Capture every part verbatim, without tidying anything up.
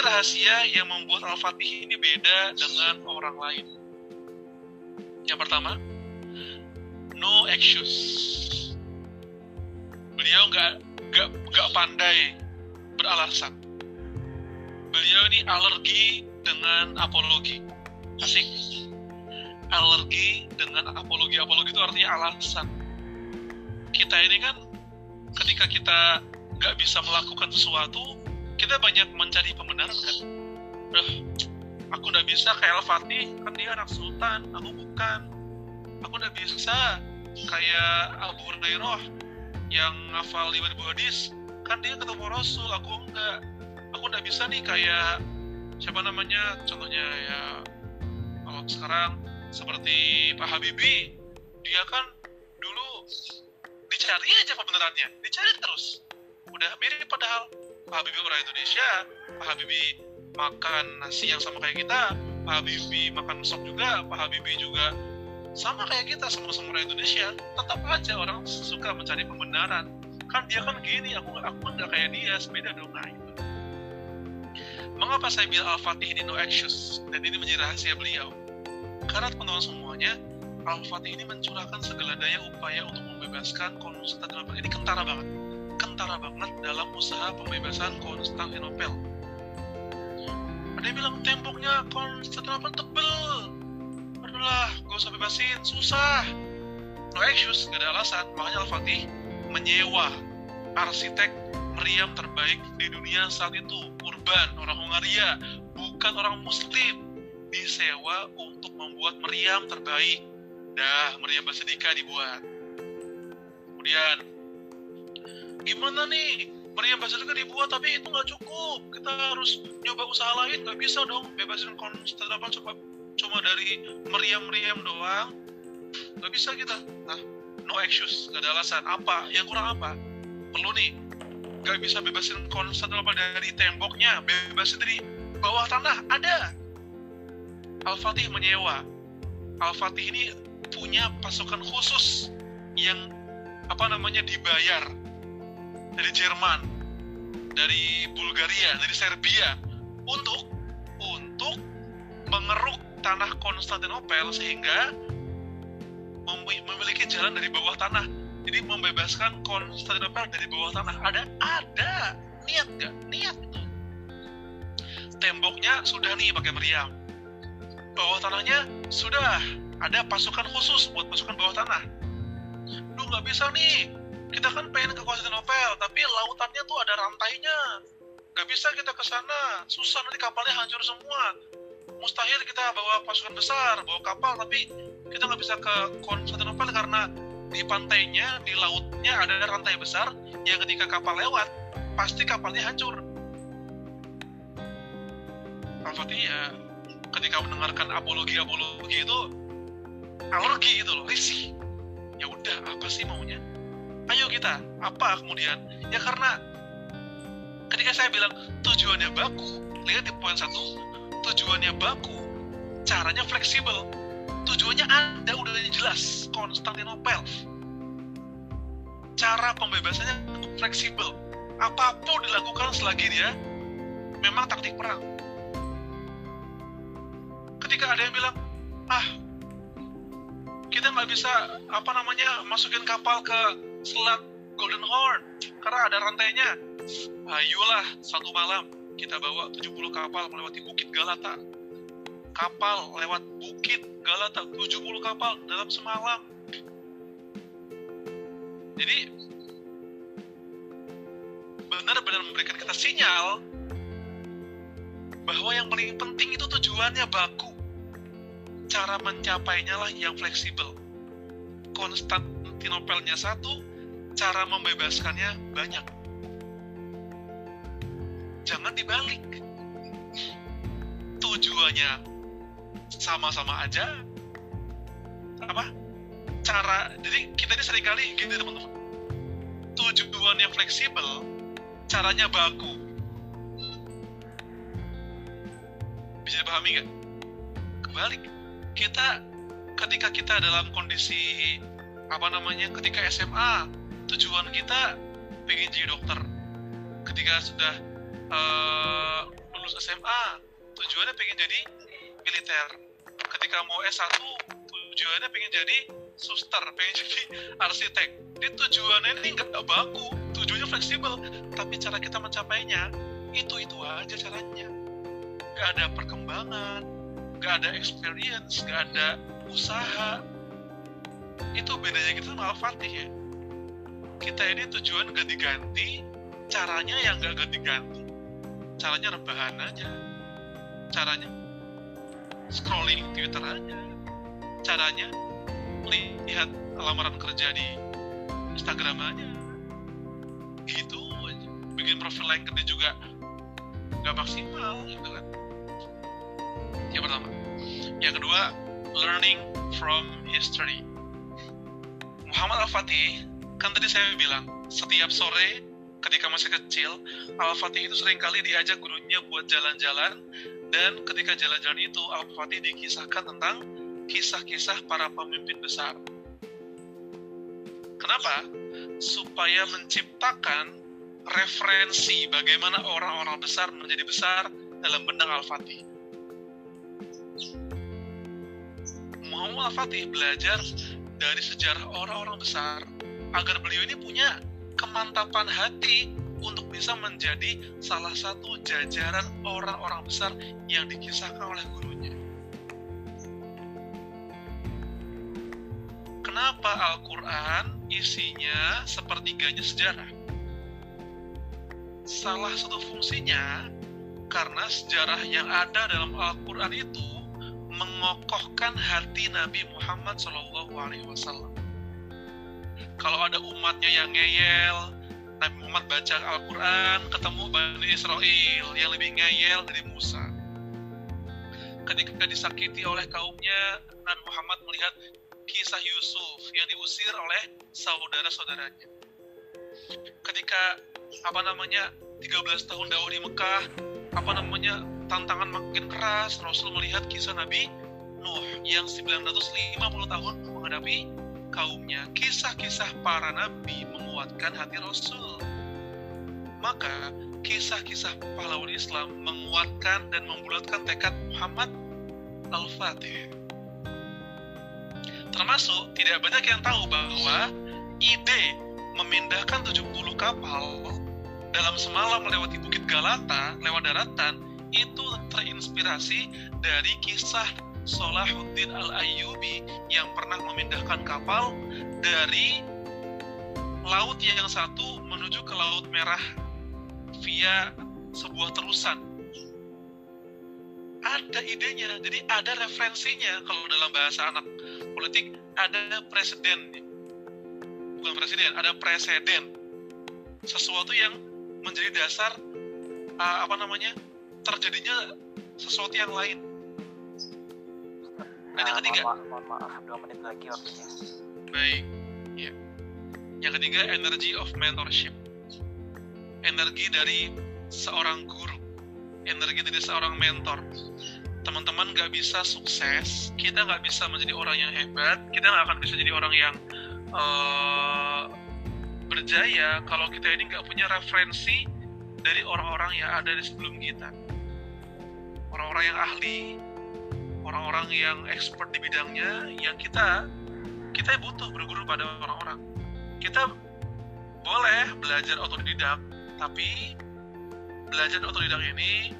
rahasia yang membuat Al-Fatih ini beda dengan orang lain. Yang pertama, no excuse. Beliau nggak nggak nggak pandai beralasan. Beliau ini alergi dengan apologi. Asik. Alergi dengan apologi. Apologi itu artinya alasan. Kita ini kan ketika kita nggak bisa melakukan sesuatu, kita banyak mencari pembenaran kan. Duh, aku nggak bisa kayak Al-Fatih, kan dia anak sultan, aku bukan. Aku nggak bisa kayak Abu Hurairah yang ngafal lima ribu hadis, kan dia ketemu Rasul, aku enggak. Aku nggak bisa nih kayak siapa namanya, contohnya ya kalau sekarang seperti Pak Habibie, dia kan dulu dicari aja pembenarannya, dicari terus. Udah mirip padahal Pak Habibie orang Indonesia, Pak Habibie makan nasi yang sama kayak kita, Pak Habibie makan sop juga, Pak Habibie juga sama kayak kita, sama-sama orang Indonesia. Tetap aja orang suka mencari pembenaran. Kan dia kan gini, aku aku nggak kayak dia, beda dong. Nah itu. Mengapa saya bilang Al-Fatih ini no excuse, dan ini menjadi rahasia beliau? Karena teman-teman semuanya, Al-Fatih ini mencurahkan segala daya upaya untuk membebaskan Konstantinopel. Ini kentara banget, kentara banget dalam usaha pembebasan Konstantinopel. Ada yang bilang temboknya Konstantinopel tebel, udahlah, gak usah bebasin, susah. No excuse, gak ada alasan. Makanya Al-Fatih menyewa arsitek meriam terbaik di dunia saat itu, Urban, orang Hungaria, bukan orang Muslim, disewa untuk membuat meriam terbaik. Dah, meriam Basilika dibuat. Kemudian, gimana nih, meriam Basilika dibuat, tapi itu nggak cukup. Kita harus nyoba usaha lain, nggak bisa dong, bebasin Konstantinopel cuma, cuma dari meriam-meriam doang. Nggak bisa kita. Nah, no excuse, nggak ada alasan. Apa? Yang kurang apa? Perlu nih, nggak bisa bebasin Konstantinopel dari temboknya, bebasin dari bawah tanah, ada. Al-Fatih menyewa. Al-Fatih ini punya pasukan khusus yang apa namanya dibayar dari Jerman, dari Bulgaria, dari Serbia untuk untuk mengeruk tanah Konstantinopel sehingga memiliki jalan dari bawah tanah. Jadi membebaskan Konstantinopel dari bawah tanah. Ada, ada. Niat nggak? Niat itu. Temboknya sudah nih pakai meriam. Bawah tanahnya sudah ada pasukan khusus buat pasukan bawah tanah. Duh, nggak bisa nih. Kita kan pengen ke Konstantinopel, tapi lautannya tuh ada rantainya. Nggak bisa kita ke sana. Susah, nanti kapalnya hancur semua. Mustahil kita bawa pasukan besar, bawa kapal, tapi kita nggak bisa ke Konstantinopel karena di pantainya, di lautnya ada rantai besar yang ketika kapal lewat, pasti kapalnya hancur. Al-Fatih ya, ketika mendengarkan apologi-apologi itu alergi gitu loh, risih. Ya udah, apa sih maunya? Ayo kita, apa kemudian? Ya karena ketika saya bilang tujuannya baku, lihat di poin satu, tujuannya baku, caranya fleksibel. Tujuannya ada, udah jelas, Konstantinopel. Cara pembebasannya fleksibel. Apapun dilakukan selagi dia memang taktik perang. Ketika ada yang bilang, ah, kita nggak bisa apa namanya masukin kapal ke selat Golden Horn karena ada rantainya. Ayolah, satu malam kita bawa tujuh puluh kapal melewati Bukit Galata. Kapal lewat Bukit Galata, tujuh puluh kapal dalam semalam. Jadi benar-benar memberikan kita sinyal bahwa yang paling penting itu tujuannya baku. Cara mencapainya lah yang fleksibel. Konstantinopelnya satu, cara membebaskannya banyak. Jangan dibalik. Tujuannya sama-sama aja. Apa? Cara, jadi kita ini seringkali gini teman-teman. Tujuannya fleksibel, caranya baku. Bisa dipahami nggak? Kebalik. Kita ketika kita dalam kondisi apa namanya? Ketika S M A, tujuan kita pengen jadi dokter. Ketika sudah uh, lulus S M A tujuannya pengen jadi militer. Ketika mau S satu tujuannya pengen jadi suster, pengen jadi arsitek. Jadi tujuannya ini nggak baku, tujuannya fleksibel, tapi cara kita mencapainya itu-itu aja caranya. Nggak ada perkembangan, nggak ada experience, nggak ada usaha. Itu bedanya kita sama Al-Fatih ya. Kita ini tujuan ganti-ganti, caranya yang nggak ganti-ganti. Caranya rebahan aja, caranya scrolling Twitter aja, caranya lihat lamaran kerja di Instagram aja, gitu aja. Bikin profil LinkedIn juga nggak maksimal, gitu kan. Yang pertama. Yang kedua, learning from history. Muhammad Al-Fatih, kan tadi saya bilang, setiap sore ketika masih kecil, Al-Fatih itu seringkali diajak gurunya buat jalan-jalan, dan ketika jalan-jalan itu Al-Fatih dikisahkan tentang kisah-kisah para pemimpin besar. Kenapa? Supaya menciptakan referensi bagaimana orang-orang besar menjadi besar dalam benak Al-Fatih. Muhammad Al-Fatih belajar dari sejarah orang-orang besar agar beliau ini punya kemantapan hati untuk bisa menjadi salah satu jajaran orang-orang besar yang dikisahkan oleh gurunya. Kenapa Al-Quran isinya sepertiganya sejarah? Salah satu fungsinya karena sejarah yang ada dalam Al-Quran itu mengokohkan hati Nabi Muhammad shallallahu alaihi wasallam. Kalau ada umatnya yang ngeyel, Nabi Muhammad baca Al-Quran, ketemu Bani Israel yang lebih ngeyel dari Musa. Ketika disakiti oleh kaumnya, Nabi Muhammad melihat kisah Yusuf yang diusir oleh saudara-saudaranya. Ketika apa namanya tiga belas tahun dakwah di Mekah, apa namanya tantangan makin keras, Rasul melihat kisah Nabi Nuh yang sembilan ratus lima puluh tahun menghadapi kaumnya. Kisah-kisah para nabi menguatkan hati Rasul. Maka kisah-kisah pahlawan Islam menguatkan dan membulatkan tekad Muhammad Al-Fatih. Termasuk tidak banyak yang tahu bahwa ide memindahkan tujuh puluh kapal dalam semalam melewati Bukit Galata lewat daratan itu terinspirasi dari kisah Salahuddin Al-Ayyubi yang pernah memindahkan kapal dari laut yang satu menuju ke Laut Merah via sebuah terusan. Ada idenya, jadi ada referensinya. Kalau dalam bahasa anak politik ada presiden, bukan presiden, ada preseden, sesuatu yang menjadi dasar uh, apa namanya terjadinya sesuatu yang lain. Dan yang ketiga, mohon, mohon maaf, dua menit lagi waktunya. Baik, ya. Yang ketiga, energy of mentorship. Energi dari seorang guru, energi dari seorang mentor. Teman-teman nggak bisa sukses, kita nggak bisa menjadi orang yang hebat, kita nggak akan bisa jadi orang yang uh, berjaya kalau kita ini nggak punya referensi dari orang-orang yang ada di sebelum kita. Orang-orang yang ahli, orang-orang yang expert di bidangnya, yang kita kita butuh berguru pada orang-orang. Kita boleh belajar otodidak, tapi belajar otodidak ini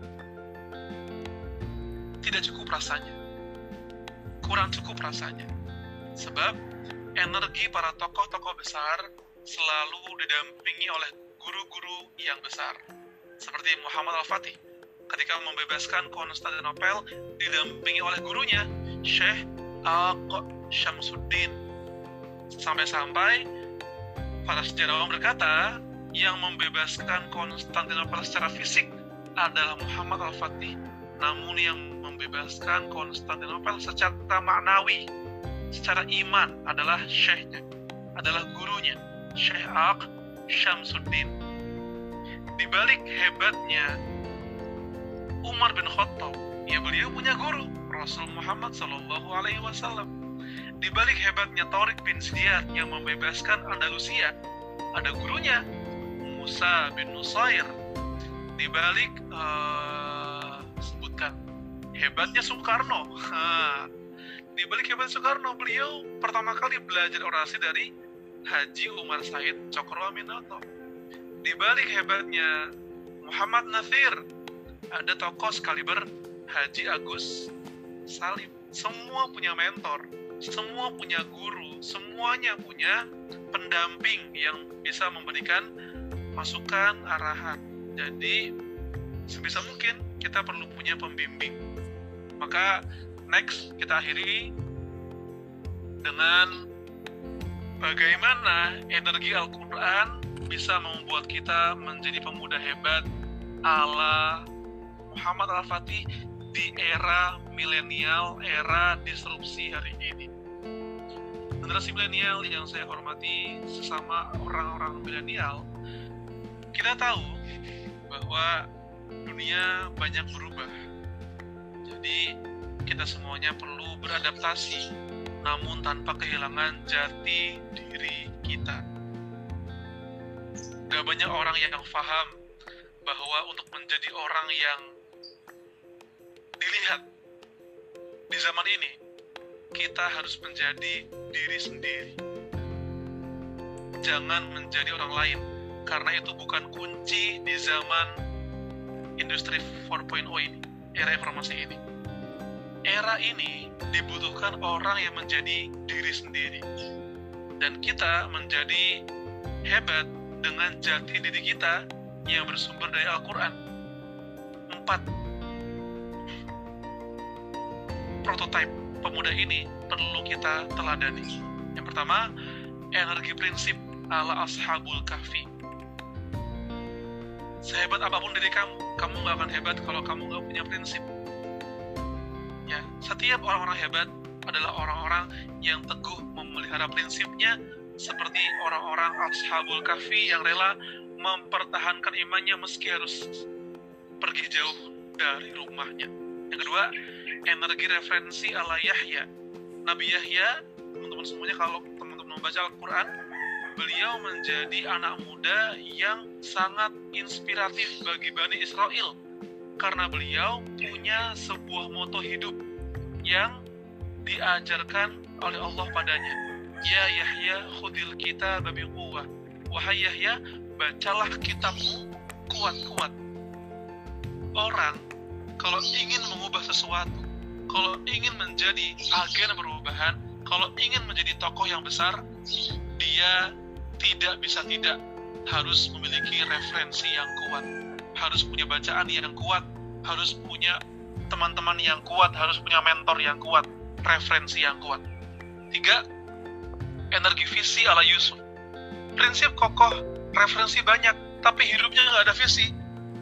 tidak cukup rasanya, kurang cukup rasanya, sebab energi para tokoh-tokoh besar selalu didampingi oleh guru-guru yang besar, seperti Muhammad Al-Fatih ketika membebaskan Konstantinopel didampingi oleh gurunya Syekh Aq Syamsuddin. Sampai-sampai para sejarawan berkata yang membebaskan Konstantinopel secara fisik adalah Muhammad Al-Fatih, namun yang membebaskan Konstantinopel secara maknawi, secara iman adalah syekhnya, adalah gurunya Syekh Aq Syamsuddin. Di balik hebatnya Umar bin Khattab, ya beliau punya guru Rasul Muhammad Sallallahu Alaihi Wasallam. Di balik hebatnya Tariq bin Ziyad yang membebaskan Andalusia, ada gurunya Musa bin Nusair. Di balik uh, sebutkan hebatnya Soekarno. Ha. Di balik hebat Soekarno, beliau pertama kali belajar orasi dari Haji Umar Said Cokroaminoto. Di balik hebatnya Muhammad Natsir, ada tokoh sekaliber Haji Agus Salim. Semua punya mentor, semua punya guru, semuanya punya pendamping yang bisa memberikan masukan, arahan. Jadi sebisa mungkin kita perlu punya pembimbing. Maka next kita akhiri dengan bagaimana energi Al-Quran bisa membuat kita menjadi pemuda hebat ala Muhammad Al-Fatih di era milenial, era disrupsi hari ini. Generasi milenial yang saya hormati, sesama orang-orang milenial, kita tahu bahwa dunia banyak berubah. Jadi kita semuanya perlu beradaptasi, namun tanpa kehilangan jati diri kita. Gak banyak orang yang paham bahwa untuk menjadi orang yang dilihat di zaman ini, kita harus menjadi diri sendiri. Jangan menjadi orang lain, karena itu bukan kunci di zaman industri empat titik nol ini, era informasi ini. Era ini dibutuhkan orang yang menjadi diri sendiri. Dan kita menjadi hebat dengan jati diri kita yang bersumber dari Al-Quran. Empat prototipe pemuda ini perlu kita teladani. Yang pertama, energi prinsip ala Ashabul Kahfi. Sehebat apapun diri kamu, kamu gak akan hebat kalau kamu gak punya prinsip. Ya, setiap orang-orang hebat adalah orang-orang yang teguh memelihara prinsipnya, seperti orang-orang Ashabul Kahfi yang rela mempertahankan imannya meski harus pergi jauh dari rumahnya. Yang kedua, energi referensi ala Yahya. Nabi Yahya, teman-teman semuanya, kalau teman-teman membaca Al-Quran, beliau menjadi anak muda yang sangat inspiratif bagi Bani Israel, karena beliau punya sebuah moto hidup yang diajarkan oleh Allah padanya. Ya Yahya khudil kitab biquwwah. Wahai Yahya, bacalah kitabmu kuat-kuat. Orang kalau ingin mengubah sesuatu, kalau ingin menjadi agen perubahan, kalau ingin menjadi tokoh yang besar, dia tidak bisa tidak harus memiliki referensi yang kuat, harus punya bacaan yang kuat, harus punya teman-teman yang kuat, harus punya mentor yang kuat, referensi yang kuat. Tiga, energi visi ala Yusuf. Prinsip kokoh, referensi banyak, tapi hidupnya nggak ada visi,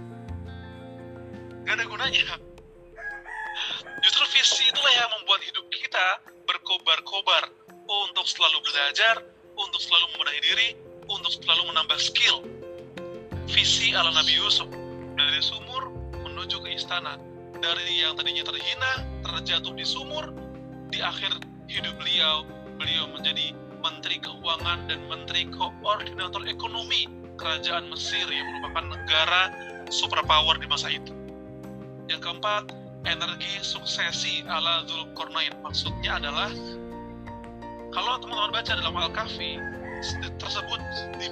nggak ada gunanya. Justru visi itulah yang membuat hidup kita berkobar-kobar untuk selalu belajar, untuk selalu membenahi diri, untuk selalu menambah skill. Visi ala Nabi Yusuf, dari sumur menuju ke istana, dari yang tadinya terhina, terjatuh di sumur, di akhir hidup beliau, beliau menjadi Menteri Keuangan dan Menteri Koordinator Ekonomi Kerajaan Mesir yang merupakan negara superpower di masa itu. Yang keempat, energi suksesi ala Dzulqarnain. Maksudnya adalah, kalau teman-teman baca dalam Al-Kahfi, tersebut di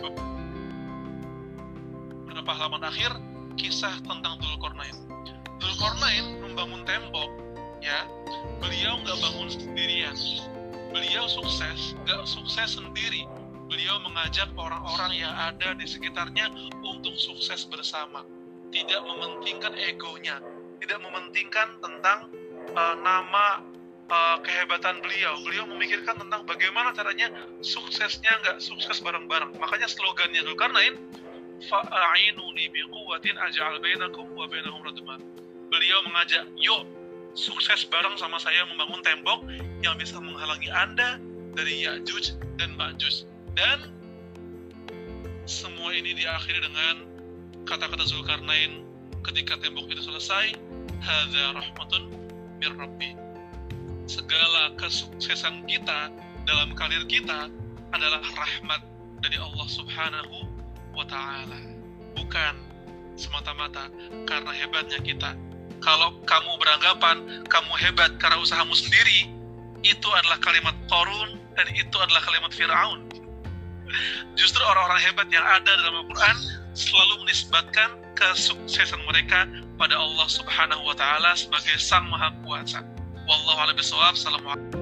beberapa halaman akhir kisah tentang Dzulqarnain. Dzulqarnain membangun tembok, ya. Beliau nggak bangun sendirian. Beliau sukses, nggak sukses sendiri. Beliau mengajak orang-orang yang ada di sekitarnya untuk sukses bersama. Tidak mementingkan egonya, tidak mementingkan tentang uh, nama uh, kehebatan beliau. Beliau memikirkan tentang bagaimana caranya suksesnya nggak sukses bareng-bareng. Makanya slogannya Dzulqarnain, fa'a'inuni biquwwatin aj'al bainakum wa bainahum radma. Beliau mengajak, yuk sukses bareng sama saya membangun tembok yang bisa menghalangi Anda dari Ya'juj dan Ma'juj. Dan semua ini diakhiri dengan kata-kata Dzulqarnain ketika tembok itu selesai, hadza rahmatun mir rabbi. Segala kesuksesan kita dalam karir kita adalah rahmat dari Allah Subhanahu wa ta'ala, bukan semata-mata karena hebatnya kita. Kalau kamu beranggapan kamu hebat karena usahamu sendiri, itu adalah kalimat Qarun dan itu adalah kalimat Fir'aun. Justru orang-orang hebat yang ada dalam Al-Quran selalu menisbatkan kesuksesan mereka pada Allah Subhanahu wa Ta'ala sebagai Sang Maha Kuasa. Wallahu a'lam bishawab. Assalamualaikum.